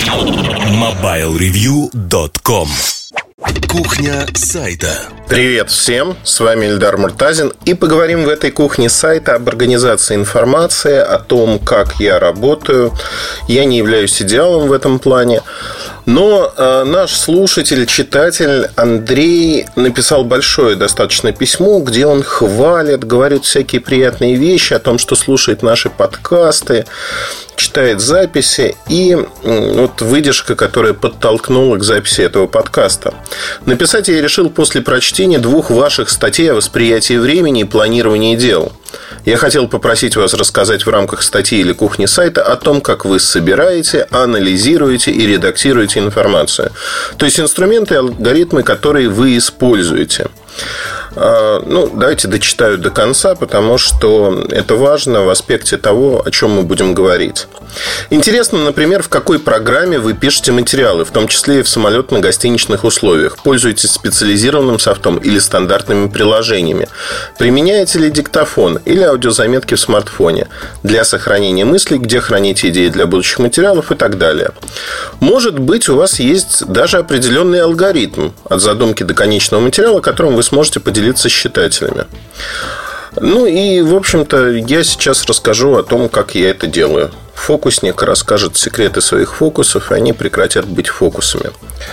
MobileReview.com. Кухня сайта. Привет всем, с вами Эльдар Муртазин. И поговорим в этой кухне сайта об организации информации, о том, как я работаю. Я не являюсь идеалом в этом плане, но наш слушатель, читатель Андрей написал большое достаточно письмо, где он хвалит, говорит всякие приятные вещи о том, что слушает наши подкасты, читает записи. И вот выдержка, которая подтолкнула к записи этого подкаста. Написать я решил после прочтения 2 ваших статей о восприятии времени и планировании дел. Я хотел попросить вас рассказать в рамках статьи или кухни сайта о том, как вы собираете, анализируете и редактируете информацию. То есть инструменты и алгоритмы, которые вы используете. Давайте дочитаю до конца, потому что это важно в аспекте того, о чем мы будем говорить. Интересно, например, в какой программе вы пишете материалы, в том числе и в самолетно-гостиничных условиях. Пользуетесь специализированным софтом или стандартными приложениями? Применяете ли диктофон или аудиозаметки в смартфоне для сохранения мыслей, где храните идеи для будущих материалов и так далее? Может быть, у вас есть даже определенный алгоритм от задумки до конечного материала, которым вы сможете поделиться с читателями. И, в общем-то, я сейчас расскажу о том, как я это делаю. Фокусник расскажет секреты своих фокусов, и они прекратят быть фокусами.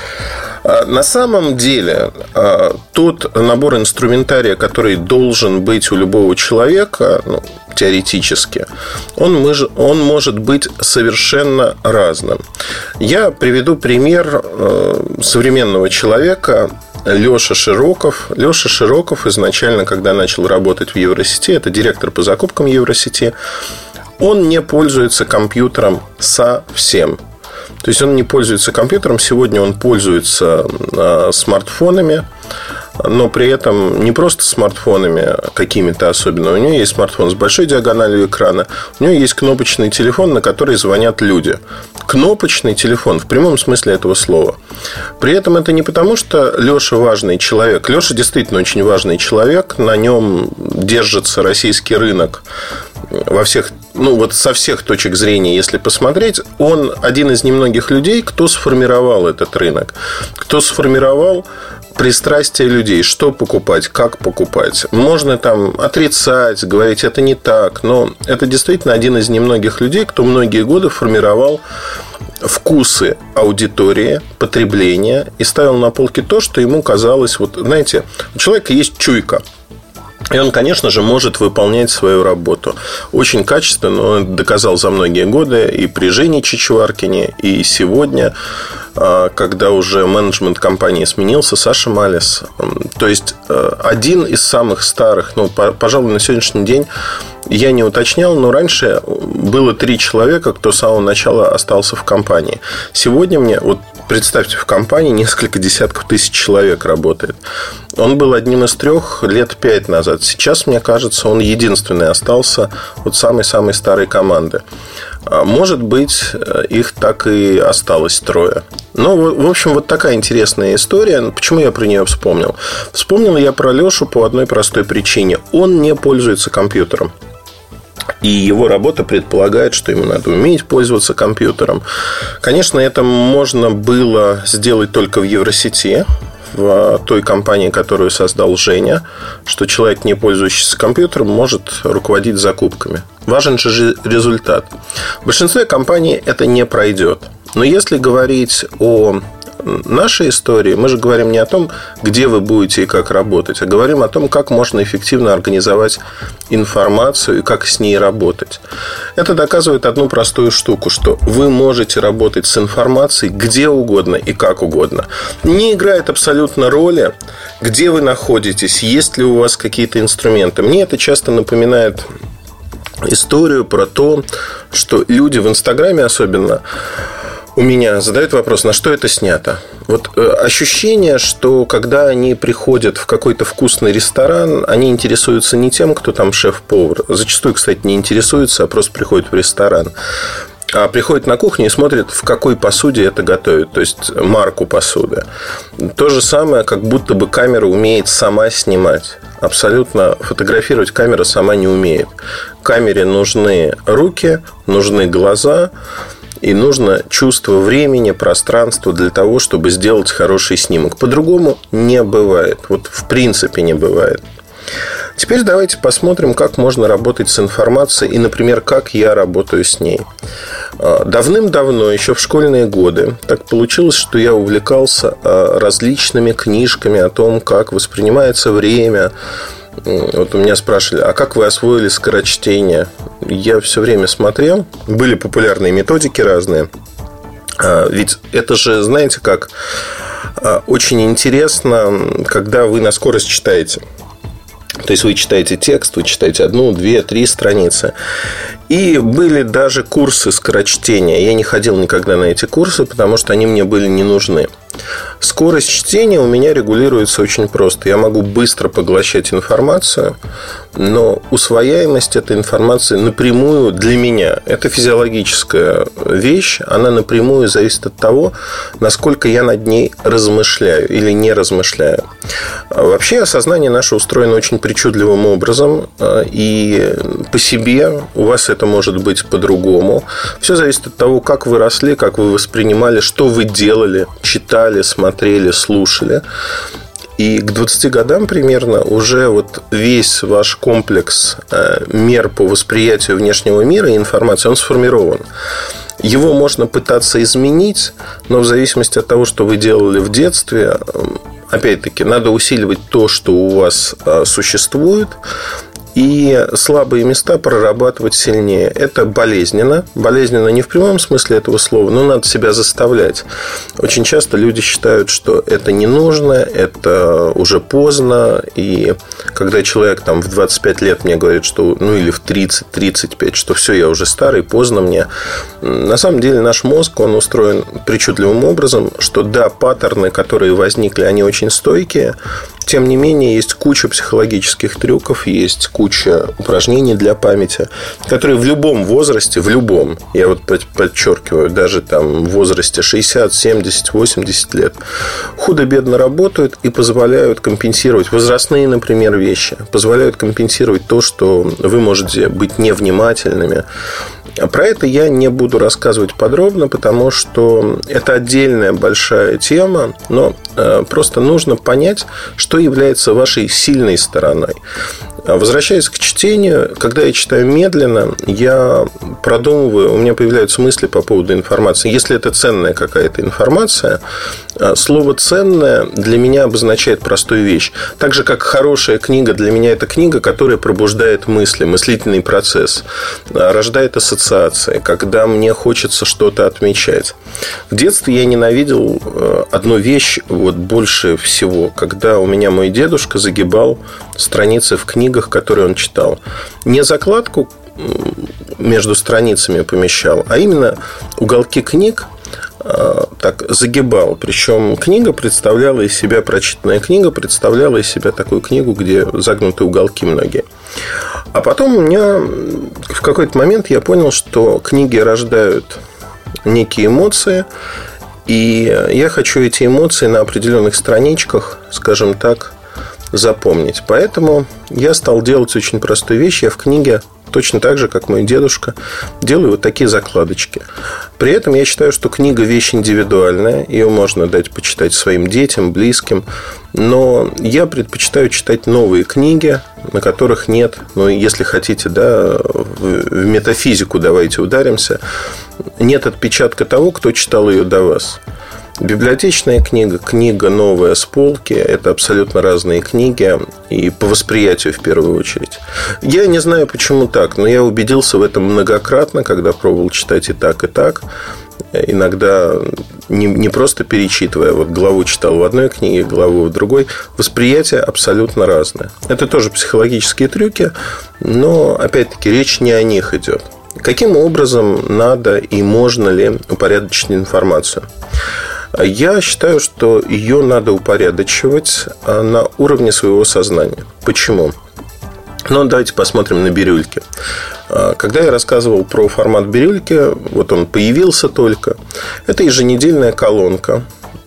На самом деле, тот набор инструментария, который должен быть у любого человека, теоретически, он может быть совершенно разным. Я приведу пример современного человека. Леша Широков. Леша Широков изначально, когда начал работать в Евросети, это директор по закупкам Евросети, он не пользуется компьютером совсем. То есть он не пользуется компьютером. Сегодня он пользуется смартфонами, но при этом не просто смартфонами какими-то особенно. У него есть смартфон с большой диагональю экрана. У него есть кнопочный телефон, на который звонят люди. Кнопочный телефон в прямом смысле этого слова. При этом это не потому, что Леша важный человек. Леша действительно очень важный человек. На нем держится российский рынок во всех, со всех точек зрения, если посмотреть. Он один из немногих людей, кто сформировал этот рынок, кто сформировал пристрастие людей, что покупать, как покупать. Можно там отрицать, говорить, это не так, но это действительно один из немногих людей, кто многие годы формировал вкусы аудитории, потребления и ставил на полке то, что ему казалось. У человека есть чуйка. И он, конечно же, может выполнять свою работу очень качественно. Он это доказал за многие годы и при Жене Чичваркине, и сегодня, когда уже менеджмент компании сменился, Саша Малес. То есть один из самых старых, пожалуй, на сегодняшний день я не уточнял, но раньше было 3 человека, кто с самого начала остался в компании. Сегодня представьте, в компании несколько десятков тысяч человек работает. Он был одним из 3 лет 5 назад. Сейчас, мне кажется, он единственный остался самой-самой старой команды. Может быть, их так и осталось 3. В общем, такая интересная история. Почему я про нее вспомнил? Вспомнил я про Лешу по одной простой причине. Он не пользуется компьютером. И его работа предполагает, что ему надо уметь пользоваться компьютером. Конечно, это можно было сделать только в Евросети, в той компании, которую создал Женя, что человек, не пользующийся компьютером, может руководить закупками. Важен же результат. В большинстве компаний это не пройдет. Но если говорить о нашей истории, мы же говорим не о том, где вы будете и как работать, а говорим о том, как можно эффективно организовать информацию и как с ней работать. Это доказывает одну простую штуку, что вы можете работать с информацией где угодно и как угодно. Не играет абсолютно роли, где вы находитесь, есть ли у вас какие-то инструменты. Мне это часто напоминает историю про то, что люди в Инстаграме особенно у меня задают вопрос, на что это снято. Ощущение, что когда они приходят в какой-то вкусный ресторан, они интересуются не тем, кто там шеф-повар. Зачастую, кстати, не интересуются, а просто приходят в ресторан. А приходят на кухню и смотрят, в какой посуде это готовят. То есть марку посуды. То же самое, как будто бы камера умеет сама снимать. Абсолютно фотографировать камера сама не умеет. Камере нужны руки, нужны глаза. И нужно чувство времени, пространства для того, чтобы сделать хороший снимок. По-другому не бывает. Вот в принципе не бывает. Теперь давайте посмотрим, как можно работать с информацией и, например, как я работаю с ней. Давным-давно, еще в школьные годы, так получилось, что я увлекался различными книжками о том, как воспринимается время. Вот у меня спрашивали, а как вы освоили скорочтение? Я все время смотрел. Были популярные методики разные. Ведь это же, знаете как, очень интересно, когда вы на скорость читаете. То есть вы читаете текст, вы читаете 1, 2, 3 страницы. И были даже курсы скорочтения. Я не ходил никогда на эти курсы, потому что они мне были не нужны. Скорость чтения у меня регулируется очень просто. Я могу быстро поглощать информацию, но усвояемость этой информации напрямую для меня, это физиологическая вещь, она напрямую зависит от того, насколько я над ней размышляю или не размышляю. Вообще сознание наше устроено очень причудливым образом, и по себе у вас это может быть по-другому. Все зависит от того, как вы росли, как вы воспринимали, что вы делали, читали, смотрели, слушали. И к 20 годам примерно уже вот весь ваш комплекс мер по восприятию внешнего мира и информации, он сформирован. Его можно пытаться изменить, но в зависимости от того, что вы делали в детстве, опять-таки, надо усиливать то, что у вас существует, и слабые места прорабатывать сильнее. Это болезненно. Болезненно не в прямом смысле этого слова, но надо себя заставлять. Очень часто люди считают, что это не нужно, это уже поздно. И когда человек там, в 25 лет мне говорит, что, ну или в 30-35, что все, я уже старый, поздно мне. На самом деле наш мозг, он устроен причудливым образом, что да, паттерны, которые возникли, они очень стойкие. Тем не менее, есть куча психологических трюков, есть куча упражнений для памяти, которые в любом возрасте, я вот подчеркиваю, даже там в возрасте 60, 70, 80 лет, худо-бедно работают и позволяют компенсировать возрастные, например, вещи, позволяют компенсировать то, что вы можете быть невнимательными. Про это я не буду рассказывать подробно, потому что это отдельная большая тема, но просто нужно понять, что является вашей сильной стороной. Возвращаясь к чтению, когда я читаю медленно, я продумываю, у меня появляются мысли по поводу информации. Если это ценная какая-то информация, слово «ценная» для меня обозначает простую вещь. Так же, как хорошая книга для меня – это книга, которая пробуждает мысли, мыслительный процесс, рождает ассоциации, когда мне хочется что-то отмечать. В детстве я ненавидел одну вещь вот больше всего, когда у меня мой дедушка загибал страницы в книгах, которые он читал. Не закладку между страницами помещал, а именно уголки книг так загибал. Причем книга представляла из себя, прочитанная книга представляла из себя такую книгу, где загнуты уголки многие. А потом у меня в какой-то момент я понял, что книги рождают некие эмоции, и я хочу эти эмоции на определенных страничках, скажем так, запомнить. Поэтому я стал делать очень простую вещь. Я в книге точно так же, как мой дедушка, делаю вот такие закладочки. При этом я считаю, что книга – вещь индивидуальная. Ее можно дать почитать своим детям, близким. Но я предпочитаю читать новые книги, на которых нет, ну, если хотите, да, в метафизику давайте ударимся, нет отпечатка того, кто читал ее до вас. Библиотечная книга, книга новая с полки – это абсолютно разные книги, и по восприятию в первую очередь. Я не знаю, почему так, но я убедился в этом многократно, когда пробовал читать и так, и так. Иногда не просто перечитывая, вот главу читал в одной книге, главу в другой. Восприятие абсолютно разное. Это тоже психологические трюки, но, опять-таки, речь не о них идет. Каким образом надо и можно ли упорядочить информацию? Я считаю, что ее надо упорядочивать на уровне своего сознания. Почему? Ну, давайте посмотрим на бирюльки. Когда я рассказывал про формат бирюльки, вот он появился только. Это еженедельная колонка.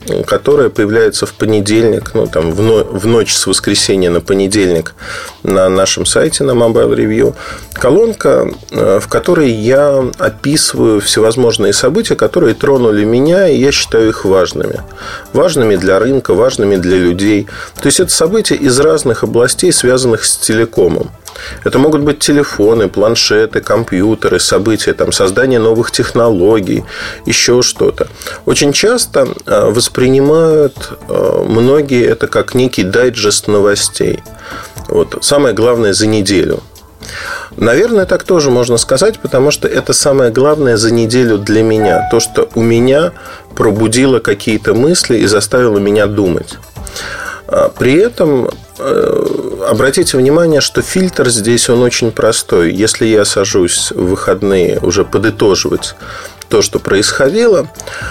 которая появляется в понедельник, в ночь с воскресенья на понедельник на нашем сайте, на Mobile Review. Колонка, в которой я описываю всевозможные события, которые тронули меня, и я считаю их важными. Важными для рынка, важными для людей. То есть, это события из разных областей, связанных с телекомом. Это могут быть телефоны, планшеты, компьютеры, события, создание новых технологий, еще что-то. Очень часто воспринимают многие это как некий дайджест новостей. Самое главное за неделю. Наверное, так тоже можно сказать, потому что это самое главное за неделю для меня. То, что у меня пробудило какие-то мысли и заставило меня думать. При этом обратите внимание, что фильтр здесь он очень простой. Если я сажусь в выходные уже подытоживать то, что происходило,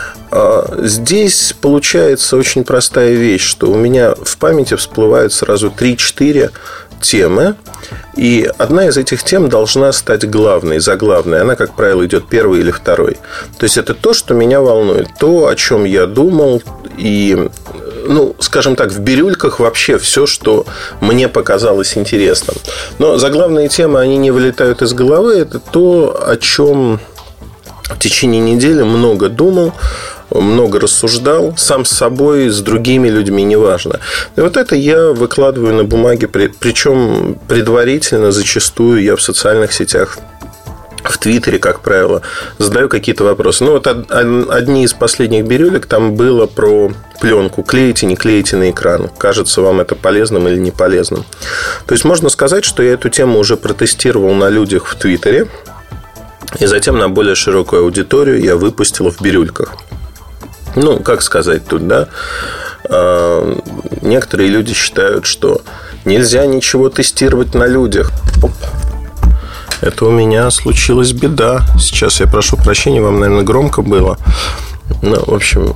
здесь получается очень простая вещь, что у меня в памяти всплывают сразу 3-4 темы, и одна из этих тем должна стать главной, заглавной. Она, как правило, идет первой или второй. То есть, это то, что меня волнует, то, о чем я думал, и, скажем так, в бирюльках вообще все, что мне показалось интересным. Но заглавные темы, они не вылетают из головы. Это то, о чем в течение недели много думал, много рассуждал, сам с собой, с другими людьми, неважно. И это я выкладываю на бумаге, причем предварительно, зачастую я в социальных сетях, в Твиттере, как правило, задаю какие-то вопросы. Одни из последних бирюлек там было про пленку. Клеите, не клеите на экран. Кажется вам это полезным или не полезным. То есть, можно сказать, что я эту тему уже протестировал на людях в Твиттере. И затем на более широкую аудиторию я выпустил в бирюльках. Как сказать тут, да? Некоторые люди считают, что нельзя ничего тестировать на людях. Это у меня случилась беда. Сейчас я прошу прощения, вам, наверное, громко было. В общем,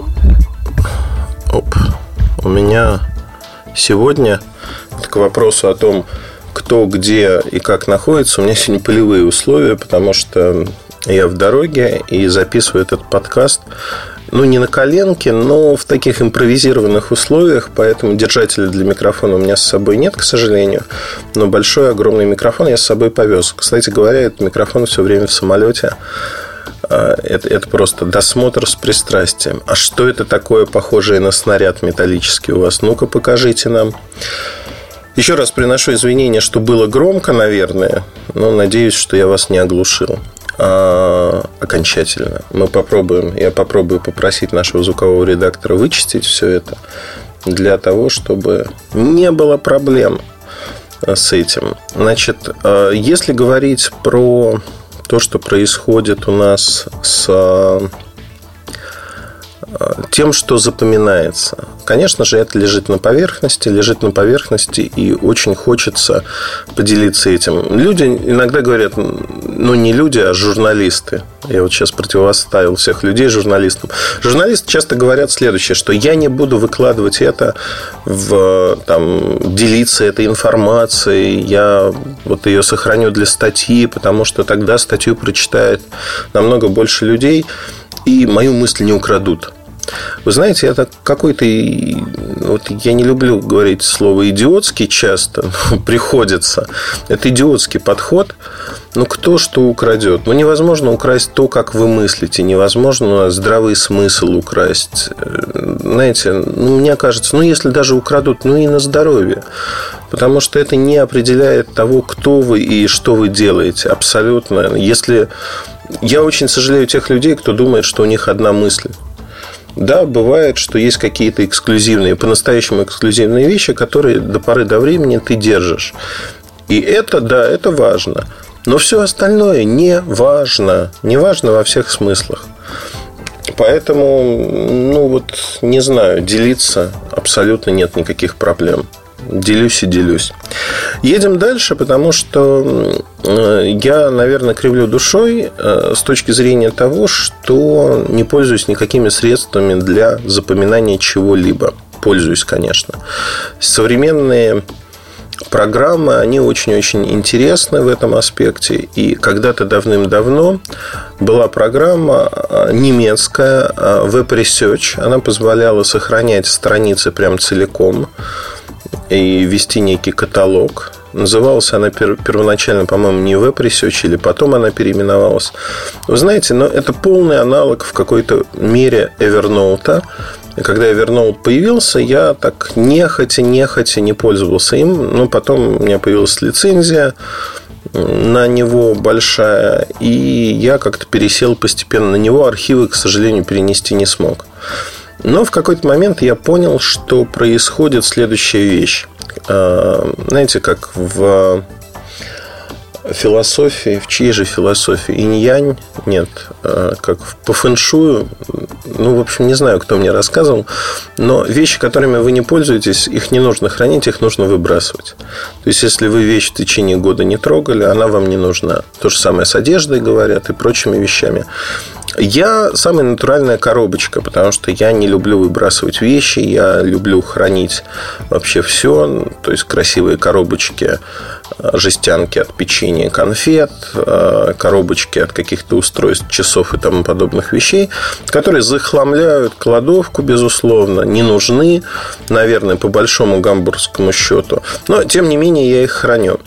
у меня сегодня, к вопросу о том, кто, где и как находится, у меня сегодня полевые условия, потому что я в дороге и записываю этот подкаст не на коленке, но в таких импровизированных условиях. Поэтому держателя для микрофона у меня с собой нет, к сожалению. Но большой, огромный микрофон я с собой повез. Кстати говоря, этот микрофон все время в самолете. Это просто досмотр с пристрастием. А что это такое, похожее на снаряд металлический у вас? Ну-ка, покажите нам. Еще раз приношу извинения, что было громко, наверное. Но надеюсь, что я вас не оглушил окончательно. Я попробую попросить нашего звукового редактора вычистить все это, для того, чтобы не было проблем с этим. Значит, если говорить про то, что происходит у нас с тем, что запоминается. Конечно же, это лежит на поверхности, и очень хочется поделиться этим. Люди иногда говорят, не люди, а журналисты. Я сейчас противопоставил всех людей журналистам. Журналисты часто говорят следующее, что я не буду выкладывать это, делиться этой информацией, я ее сохраню для статьи, потому что тогда статью прочитает намного больше людей, и мою мысль не украдут. Вы знаете, это какой-то... я не люблю говорить слово «идиотский» часто, приходится. Это идиотский подход. Кто что украдет? Невозможно украсть то, как вы мыслите. Невозможно здравый смысл украсть. Знаете, мне кажется, если даже украдут, и на здоровье. Потому что это не определяет того, кто вы и что вы делаете. Абсолютно. Я очень сожалею тех людей, кто думает, что у них одна мысль. Да, бывает, что есть какие-то эксклюзивные, по-настоящему эксклюзивные вещи, которые до поры до времени ты держишь. И это, да, это важно. Но все остальное не важно. Не важно во всех смыслах. Поэтому, не знаю, делиться абсолютно нет никаких проблем. Делюсь и делюсь. Едем дальше, потому что я, наверное, кривлю душой с точки зрения того, что не пользуюсь никакими средствами для запоминания чего-либо. Пользуюсь, конечно. Современные программы, они очень-очень интересны в этом аспекте. И когда-то давным-давно была программа немецкая Web Research. Она позволяла сохранять страницы прям целиком и вести некий каталог. Называлась она первоначально, по-моему, не Web Research, или потом она переименовалась. Вы знаете, но это полный аналог в какой-то мере Evernote. И когда Evernote появился, я так нехотя не пользовался им. Но потом у меня появилась лицензия на него большая, и я как-то пересел постепенно на него. Архивы, к сожалению, перенести не смог. Но в какой-то момент я понял, что происходит следующая вещь. Знаете, как в философии, в чьей же философии? Инь-янь? Нет. Как по фэншую? Ну, в общем, не знаю, кто мне рассказывал. Но вещи, которыми вы не пользуетесь, их не нужно хранить, их нужно выбрасывать. То есть, если вы вещь в течение года не трогали, она вам не нужна. То же самое с одеждой, говорят, и прочими вещами. Я самая натуральная коробочка, потому что я не люблю выбрасывать вещи, я люблю хранить вообще все, то есть красивые коробочки, жестянки от печенья, конфет, коробочки от каких-то устройств, часов и тому подобных вещей, которые захламляют кладовку, безусловно, не нужны, наверное, по большому гамбургскому счету, но тем не менее я их храню.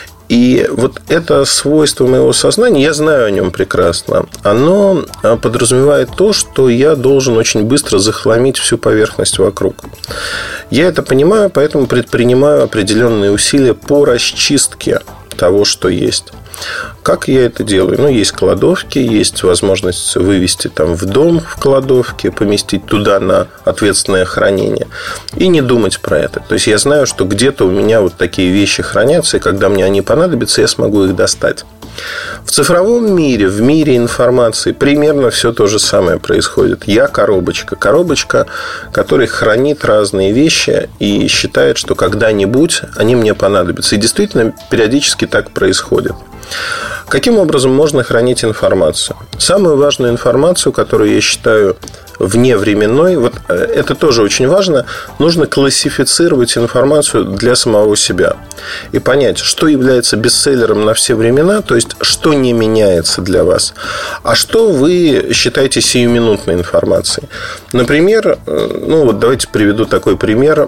И вот это свойство моего сознания, я знаю о нем прекрасно, оно подразумевает то, что я должен очень быстро захламить всю поверхность вокруг. Я это понимаю, поэтому предпринимаю определенные усилия по расчистке того, что есть. Как я это делаю? Ну, есть кладовки, есть возможность вывести там в дом в кладовке, поместить туда на ответственное хранение и не думать про это. То есть я знаю, что где-то у меня вот такие вещи хранятся, и когда мне они понадобятся, я смогу их достать. В цифровом мире, в мире информации примерно все то же самое происходит. Я коробочка, которая хранит разные вещи и считает, что когда-нибудь они мне понадобятся. И действительно, периодически так происходит. Каким образом можно хранить информацию? Самую важную информацию, которую я считаю вневременной, вот это тоже очень важно, нужно классифицировать информацию для самого себя и понять, что является бестселлером на все времена, то есть что не меняется для вас, а что вы считаете сиюминутной информацией. Например, ну вот давайте приведу такой пример.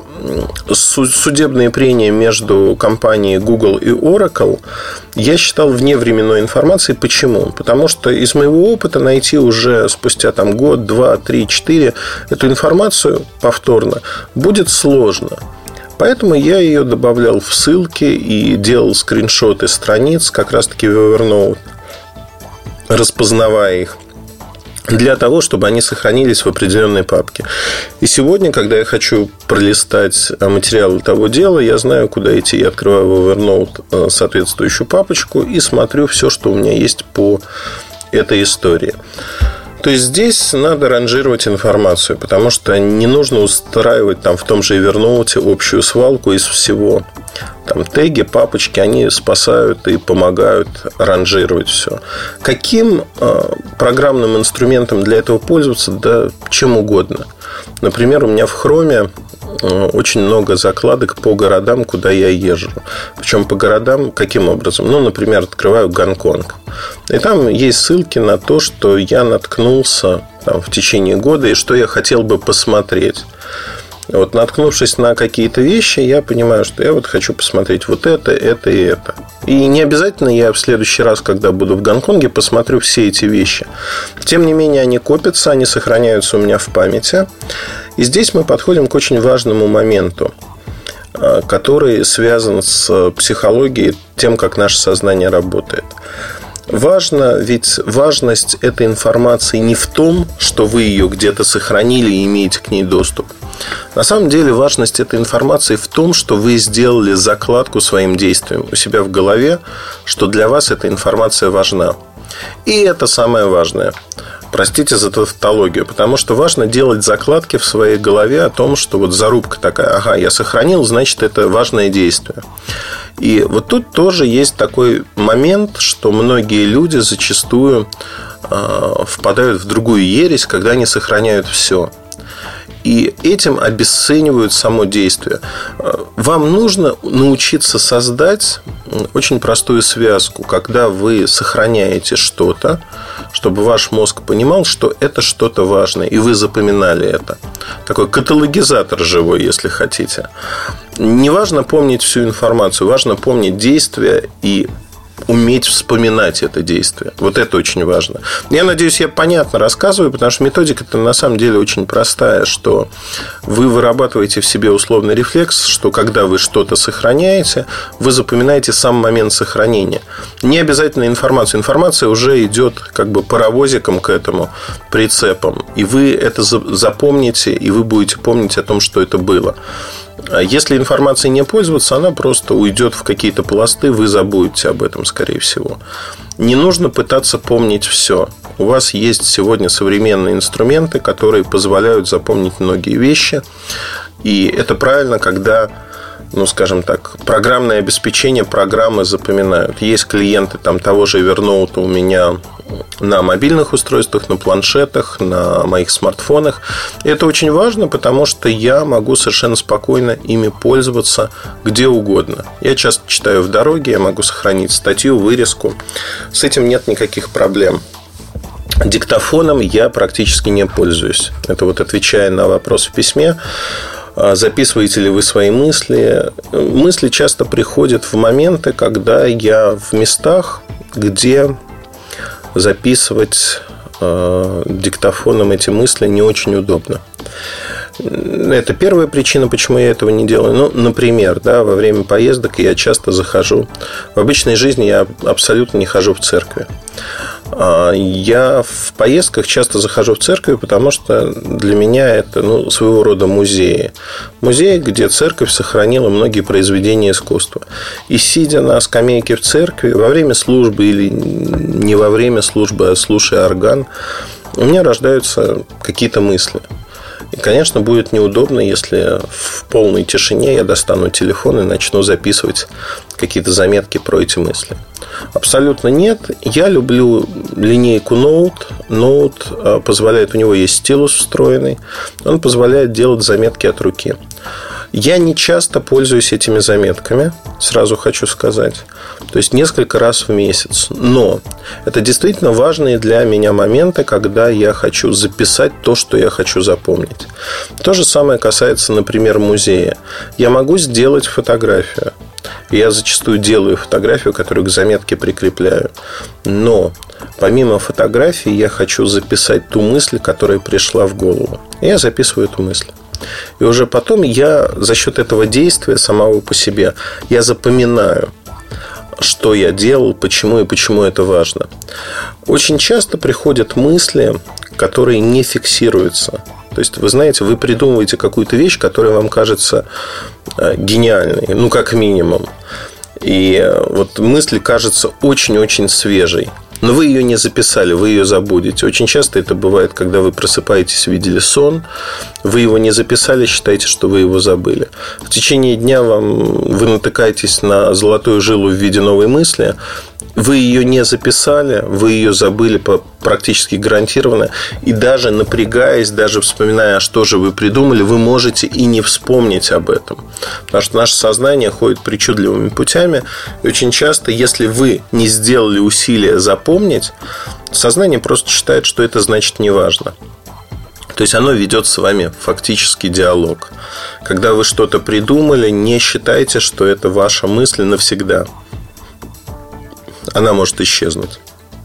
Судебные прения между компанией Google и Oracle я считал вневременной информацией. Почему? Потому что из моего опыта найти уже спустя там год, 2, 3, 4 эту информацию повторно будет сложно. Поэтому я ее добавлял в ссылки и делал скриншоты страниц, как раз таки в Evernote, распознавая их, для того, чтобы они сохранились в определенной папке. И сегодня, когда я хочу пролистать материалы того дела, я знаю, куда идти. Я открываю в Evernote соответствующую папочку и смотрю все, что у меня есть по этой истории. То есть здесь надо ранжировать информацию, потому что не нужно устраивать там в том же Evernote общую свалку из всего. Там теги, папочки, они спасают и помогают ранжировать все. Каким программным инструментом для этого пользоваться? Да чем угодно. Например, у меня в Chrome очень много закладок по городам, куда я езжу. Причем по городам каким образом? Ну, например, открываю Гонконг. И там есть ссылки на то, что я наткнулся там в течение года и что я хотел бы посмотреть. Вот, наткнувшись на какие-то вещи, я понимаю, что я вот хочу посмотреть вот это и это. И не обязательно я в следующий раз, когда буду в Гонконге, посмотрю все эти вещи. Тем не менее, они копятся, они сохраняются у меня в памяти. И здесь мы подходим к очень важному моменту, который связан с психологией, тем, как наше сознание работает. Важно, ведь важность этой информации не в том, что вы ее где-то сохранили и имеете к ней доступ. На самом деле важность этой информации в том, что вы сделали закладку своим действием у себя в голове, что для вас эта информация важна. И это самое важное. Простите за тавтологию, потому что важно делать закладки в своей голове о том, что вот зарубка такая: ага, я сохранил, значит, это важное действие. И вот тут тоже есть такой момент, что многие люди зачастую впадают в другую ересь, когда они сохраняют все. И этим обесценивают само действие. Вам нужно научиться создать очень простую связку, когда вы сохраняете что-то, чтобы ваш мозг понимал, что это что-то важное, и вы запоминали это. Такой каталогизатор живой, если хотите. Не важно помнить всю информацию, важно помнить действия и уметь вспоминать это действие. Вот это очень важно. Я надеюсь, я понятно рассказываю, потому что методика-то на самом деле очень простая, что вы вырабатываете в себе условный рефлекс, что когда вы что-то сохраняете, вы запоминаете сам момент сохранения. Не обязательно информацию. Информация уже идет как бы паровозиком к этому, прицепом. И вы это запомните, и вы будете помнить о том, что это было. Если информацией не пользоваться, она просто уйдет в какие-то пласты, вы забудете об этом, скорее всего. Не нужно пытаться помнить все. У вас есть сегодня современные инструменты, которые позволяют запомнить многие вещи. И это правильно, когда, скажем так, программное обеспечение программы запоминают. Есть клиенты того же Evernote у меня на мобильных устройствах, на планшетах, на моих смартфонах. И это очень важно, потому что я могу совершенно спокойно ими пользоваться где угодно. Я часто читаю в дороге, я могу сохранить статью, вырезку. С этим нет никаких проблем. Диктофоном я практически не пользуюсь. Это отвечая на вопрос в письме. Записываете ли вы свои мысли? Мысли часто приходят в моменты, когда я в местах, где записывать диктофоном эти мысли не очень удобно. Это первая причина, почему я этого не делаю. Например, во время поездок я часто захожу. В обычной жизни я абсолютно не хожу в церкви. Я в поездках часто захожу в церковь, потому что для меня это своего рода музеи. Музей, где церковь сохранила многие произведения искусства. И сидя на скамейке в церкви, во время службы или не во время службы, а слушая орган, у меня рождаются какие-то мысли. И, конечно, будет неудобно, если в полной тишине я достану телефон и начну записывать какие-то заметки про эти мысли. Абсолютно нет. Я люблю линейку Note. Note позволяет, у него есть стилус встроенный. Он позволяет делать заметки от руки. Я не часто пользуюсь этими заметками, сразу хочу сказать. То есть несколько раз в месяц. Но это действительно важные для меня моменты, когда я хочу записать то, что я хочу запомнить. То же самое касается, например, музея. Я могу сделать фотографию. Я зачастую делаю фотографию, которую к заметке прикрепляю. Но помимо фотографии я хочу записать ту мысль, которая пришла в голову. И я записываю эту мысль. И уже потом я за счет этого действия самого по себе я запоминаю, что я делал, почему и почему это важно. Очень часто приходят мысли, которые не фиксируются. То есть, вы знаете, вы придумываете какую-то вещь, которая вам кажется гениальной, как минимум. И мысль кажется очень-очень свежей. Но вы ее не записали, вы ее забудете. Очень часто это бывает, когда вы просыпаетесь, видели сон, вы его не записали, считаете, что вы его забыли. В течение дня вы натыкаетесь на золотую жилу в виде новой мысли. Вы ее не записали, вы ее забыли практически гарантированно. И даже напрягаясь, даже вспоминая, что же вы придумали, вы можете и не вспомнить об этом. Потому что наше сознание ходит причудливыми путями. И очень часто, если вы не сделали усилия запомнить, сознание просто считает, что это значит неважно. То есть оно ведет с вами фактически диалог. Когда вы что-то придумали, не считайте, что это ваша мысль навсегда. Она может исчезнуть.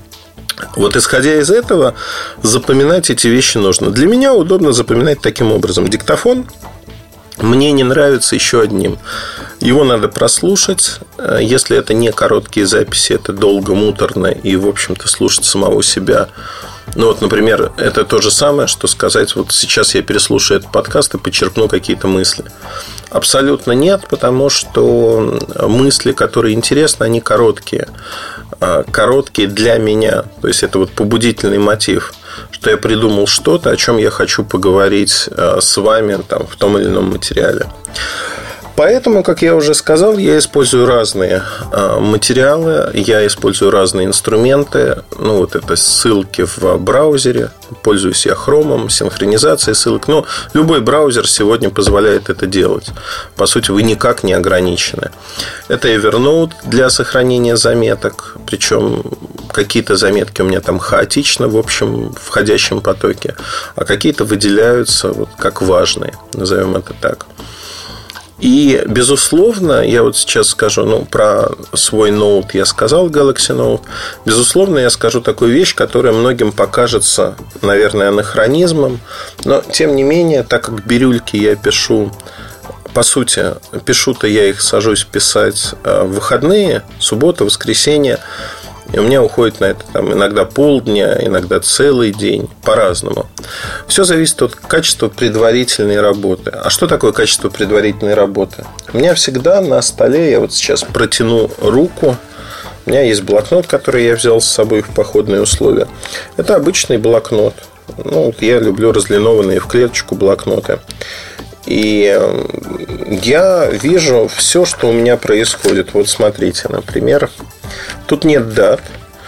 Исходя из этого, запоминать эти вещи нужно. Для меня удобно запоминать таким образом. Диктофон мне не нравится еще одним. Его надо прослушать. Если это не короткие записи, это долго, муторно и, в общем-то, слушать самого себя. Например, это то же самое, что сказать, сейчас я переслушаю этот подкаст и подчеркну какие-то мысли. Абсолютно нет, потому что мысли, которые интересны, они короткие. Короткие для меня. То есть это побудительный мотив, что я придумал что-то, о чем я хочу поговорить с вами в том или ином материале. Поэтому, как я уже сказал, я использую разные материалы, я использую разные инструменты. Ну, вот это ссылки в браузере. Пользуюсь я Chrome, синхронизацией ссылок. Но любой браузер сегодня позволяет это делать. По сути, вы никак не ограничены. Это Evernote для сохранения заметок. Причем какие-то заметки у меня там хаотично в общем входящем потоке, а какие-то выделяются вот как важные, назовем это так. И, безусловно, я вот сейчас скажу, про свой ноут я сказал, Galaxy Note. Безусловно, я скажу такую вещь, которая многим покажется, наверное, анахронизмом. Но, тем не менее, так как бирюльки я пишу, по сути, пишу-то я их сажусь писать в выходные, суббота, воскресенье. И у меня уходит на это иногда полдня, иногда целый день, по-разному. Все зависит от качества предварительной работы. А что такое качество предварительной работы? У меня всегда на столе, я вот сейчас протяну руку, у меня есть блокнот, который я взял с собой в походные условия. Это обычный блокнот. Я люблю разлинованные в клеточку блокноты. И я вижу все, что у меня происходит. Вот смотрите, например, тут нет дат.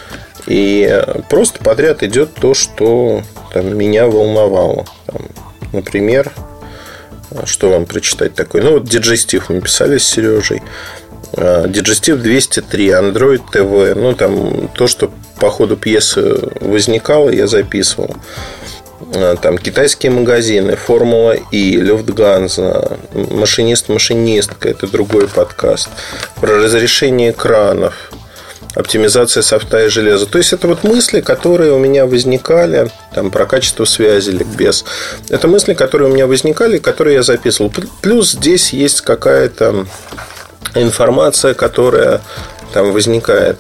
И просто подряд идет то, что меня волновало. Например, что вам прочитать такое? Вот Digestive мы писали с Сережей. Digestive 203, Android TV. То, что по ходу пьесы возникало, я записывал. Китайские магазины, Формула И, Люфтганза, Машинист-машинистка, это другой подкаст. Про разрешение экранов, оптимизация софта и железа. То есть это вот мысли, которые у меня возникали, про качество связи, ликбез. Это мысли, которые у меня возникали, которые я записывал. Плюс здесь есть какая-то информация, которая возникает.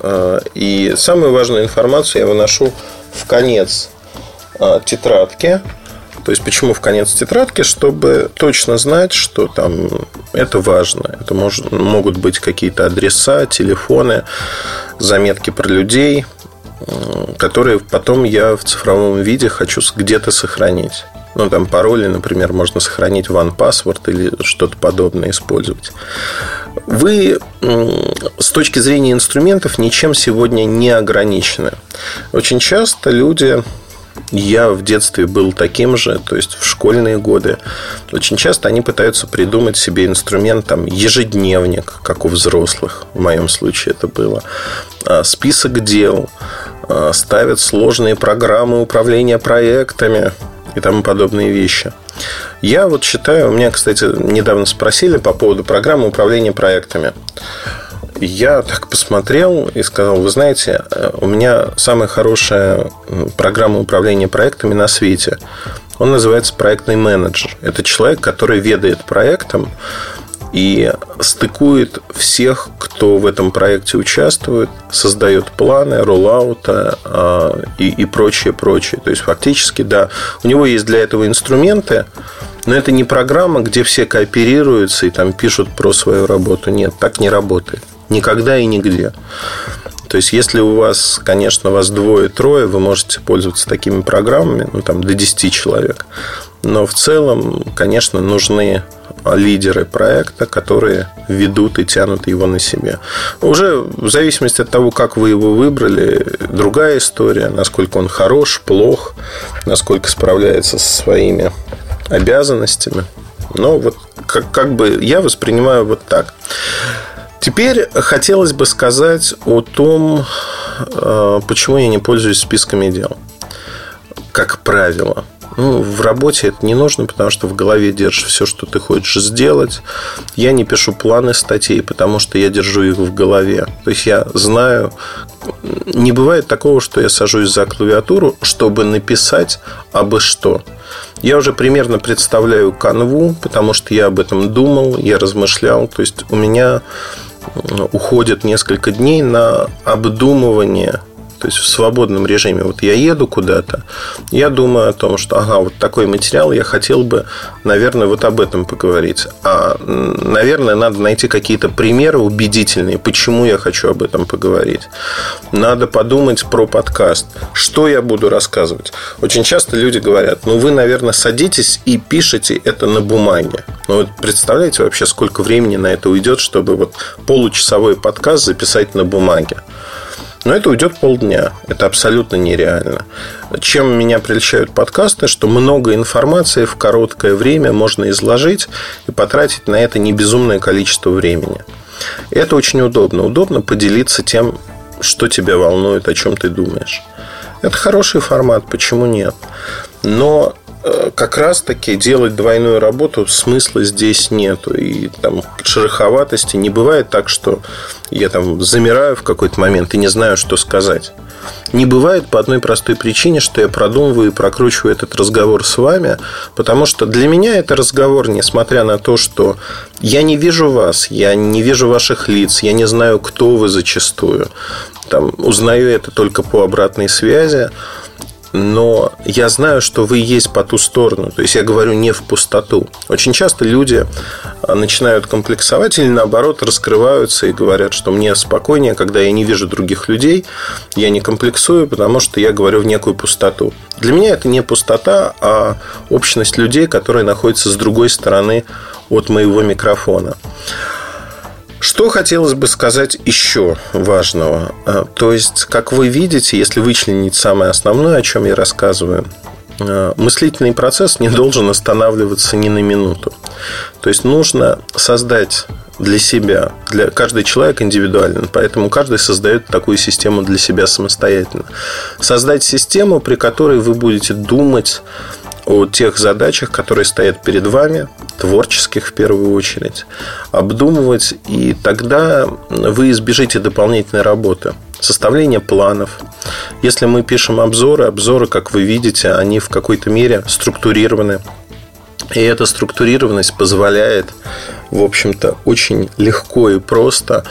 И самую важную информацию я выношу в конец тетрадки. То есть почему в конец тетрадки? Чтобы точно знать, что это важно. Это могут быть какие-то адреса, телефоны, заметки про людей, которые потом я в цифровом виде хочу где-то сохранить. Пароли, например, можно сохранить в OnePassword или что-то подобное использовать. Вы с точки зрения инструментов ничем сегодня не ограничены. Очень часто люди... Я в детстве был таким же, то есть в школьные годы. Очень часто они пытаются придумать себе инструмент, ежедневник, как у взрослых. В моем случае это было. Список дел. Ставят сложные программы управления проектами и тому подобные вещи. Я считаю, меня, кстати, недавно спросили по поводу программы управления проектами. Я так посмотрел и сказал: вы знаете, у меня самая хорошая программа управления проектами на свете. Он называется проектный менеджер. Это человек, который ведает проектом и стыкует всех, кто в этом проекте участвует, создает планы, роллаута и прочее. То есть фактически, да, у него есть для этого инструменты, но это не программа, где все кооперируются и пишут про свою работу. Нет, так не работает. Никогда и нигде. То есть, если у вас, конечно, вас 2-3, вы можете пользоваться такими программами, до 10 человек. Но в целом, конечно, нужны лидеры проекта, которые ведут и тянут его на себе. Уже в зависимости от того, как вы его выбрали, другая история, насколько он хорош, плох, насколько справляется со своими обязанностями. Но как бы я воспринимаю вот так. Теперь хотелось бы сказать о том, почему я не пользуюсь списками дел. Как правило. В работе это не нужно, потому что в голове держишь все, что ты хочешь сделать. Я не пишу планы статей, потому что я держу их в голове. То есть я знаю... Не бывает такого, что я сажусь за клавиатуру, чтобы написать абы что. Я уже примерно представляю канву, потому что я об этом думал, я размышлял. То есть у меня уходит несколько дней на обдумывание То есть в свободном режиме. Вот я еду куда-то, я думаю о том, что вот такой материал, я хотел бы, наверное, вот об этом поговорить. Наверное, надо найти какие-то примеры убедительные, почему я хочу об этом поговорить. Надо подумать про подкаст. Что я буду рассказывать? Очень часто люди говорят: вы, наверное, садитесь и пишете это на бумаге. Вот представляете вообще, сколько времени на это уйдет, чтобы вот получасовой подкаст записать на бумаге? Но это уйдет полдня. Это абсолютно нереально. Чем меня прельщают подкасты, что много информации в короткое время можно изложить и потратить на это не безумное количество времени. И это очень удобно. Удобно поделиться тем, что тебя волнует, о чем ты думаешь. Это хороший формат, почему нет? Но как раз-таки делать двойную работу смысла здесь нету. И там шероховатости не бывает так, что я там замираю в какой-то момент и не знаю, что сказать. Не бывает по одной простой причине, что я продумываю и прокручиваю этот разговор с вами, потому что для меня это разговор, несмотря на то, что я не вижу вас, я не вижу ваших лиц, я не знаю, кто вы зачастую. Узнаю это только по обратной связи. Но я знаю, что вы есть по ту сторону. То есть я говорю не в пустоту. Очень часто люди начинают комплексовать или наоборот раскрываются и говорят, что мне спокойнее, когда я не вижу других людей. Я не комплексую, потому что я говорю в некую пустоту. Для меня это не пустота, а общность людей, которые находятся с другой стороны от моего микрофона. Что хотелось бы сказать еще важного? То есть, как вы видите, если вычленить самое основное, о чем я рассказываю, мыслительный процесс не должен останавливаться ни на минуту. То есть, нужно создать для себя, для каждый человек индивидуален, поэтому каждый создает такую систему для себя самостоятельно. Создать систему, при которой вы будете думать о тех задачах, которые стоят перед вами, творческих в первую очередь, обдумывать, и тогда вы избежите дополнительной работы. Составление планов. Если мы пишем обзоры, как вы видите, они в какой-то мере структурированы. И эта структурированность позволяет, в общем-то, очень легко и просто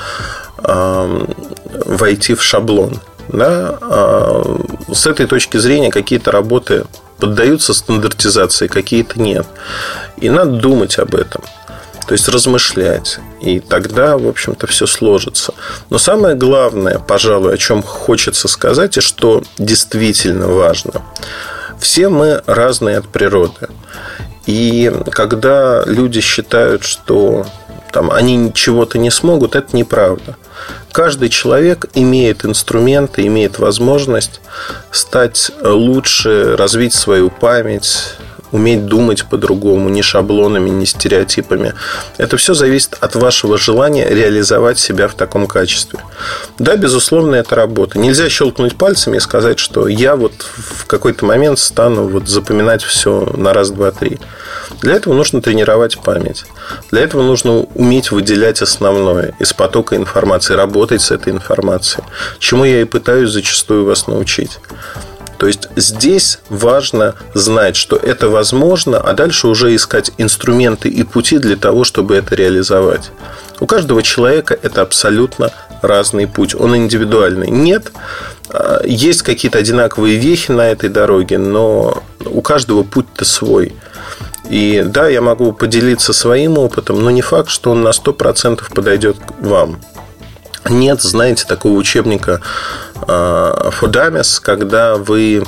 войти в шаблон. Да? С этой точки зрения какие-то работы поддаются стандартизации, какие-то нет. И надо думать об этом. То есть размышлять. И тогда, в общем-то, все сложится. Но самое главное, пожалуй, о чем хочется сказать, и что действительно важно. Все мы разные от природы. И когда люди считают, что они чего-то не смогут, это неправда. Каждый человек имеет инструменты, имеет возможность стать лучше, развить свою память, уметь думать по-другому, не шаблонами, не стереотипами. Это все зависит от вашего желания реализовать себя в таком качестве. Да, безусловно, это работа. Нельзя щелкнуть пальцами и сказать, что я вот в какой-то момент стану запоминать все на раз, два, три. Для этого нужно тренировать память. Для этого нужно уметь выделять основное из потока информации, работать с этой информацией, чему я и пытаюсь зачастую вас научить. То есть здесь важно знать, что это возможно, а дальше уже искать инструменты и пути для того, чтобы это реализовать. У каждого человека это абсолютно разный путь. Он индивидуальный. Нет, есть какие-то одинаковые вехи на этой дороге, но у каждого путь-то свой. И да, я могу поделиться своим опытом, но не факт, что он на 100% подойдет к вам. Нет, знаете, такого учебника for Dummies, когда вы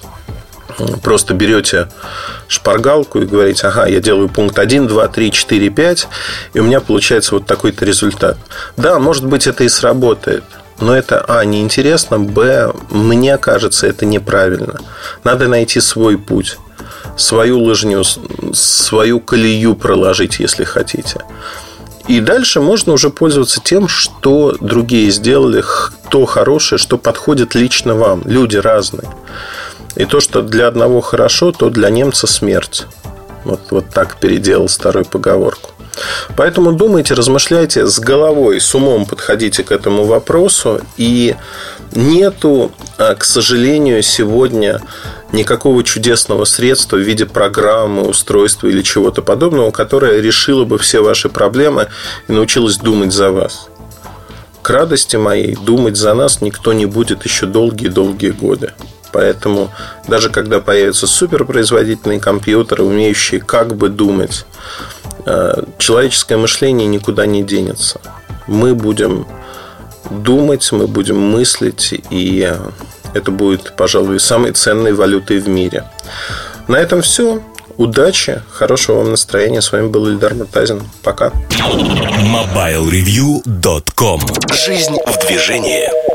просто берете шпаргалку и говорите: ага, я делаю пункт 1, 2, 3, 4, 5, и у меня получается вот такой-то результат. Да, может быть, это и сработает, но это, неинтересно, мне кажется, это неправильно. Надо найти свой путь, свою лыжню, свою колею проложить, если хотите. И дальше можно уже пользоваться тем, что другие сделали, то хорошее, что подходит лично вам. Люди разные. И то, что для одного хорошо, то для немца смерть. Вот так переделал старую поговорку. Поэтому думайте, размышляйте с головой, с умом подходите к этому вопросу. И нету, к сожалению, сегодня никакого чудесного средства в виде программы, устройства или чего-то подобного, которое решило бы все ваши проблемы и научилось думать за вас. к радости моей, думать за нас никто не будет еще долгие-долгие годы. Поэтому даже когда появятся суперпроизводительные компьютеры, умеющие как бы думать, человеческое мышление никуда не денется. Мы будем думать, мы будем мыслить, и это будет, пожалуй, самой ценной валютой в мире. На этом все. Удачи, хорошего вам настроения. С вами был Ильдар Муртазин. Пока. MobileReview.com. Жизнь в движении.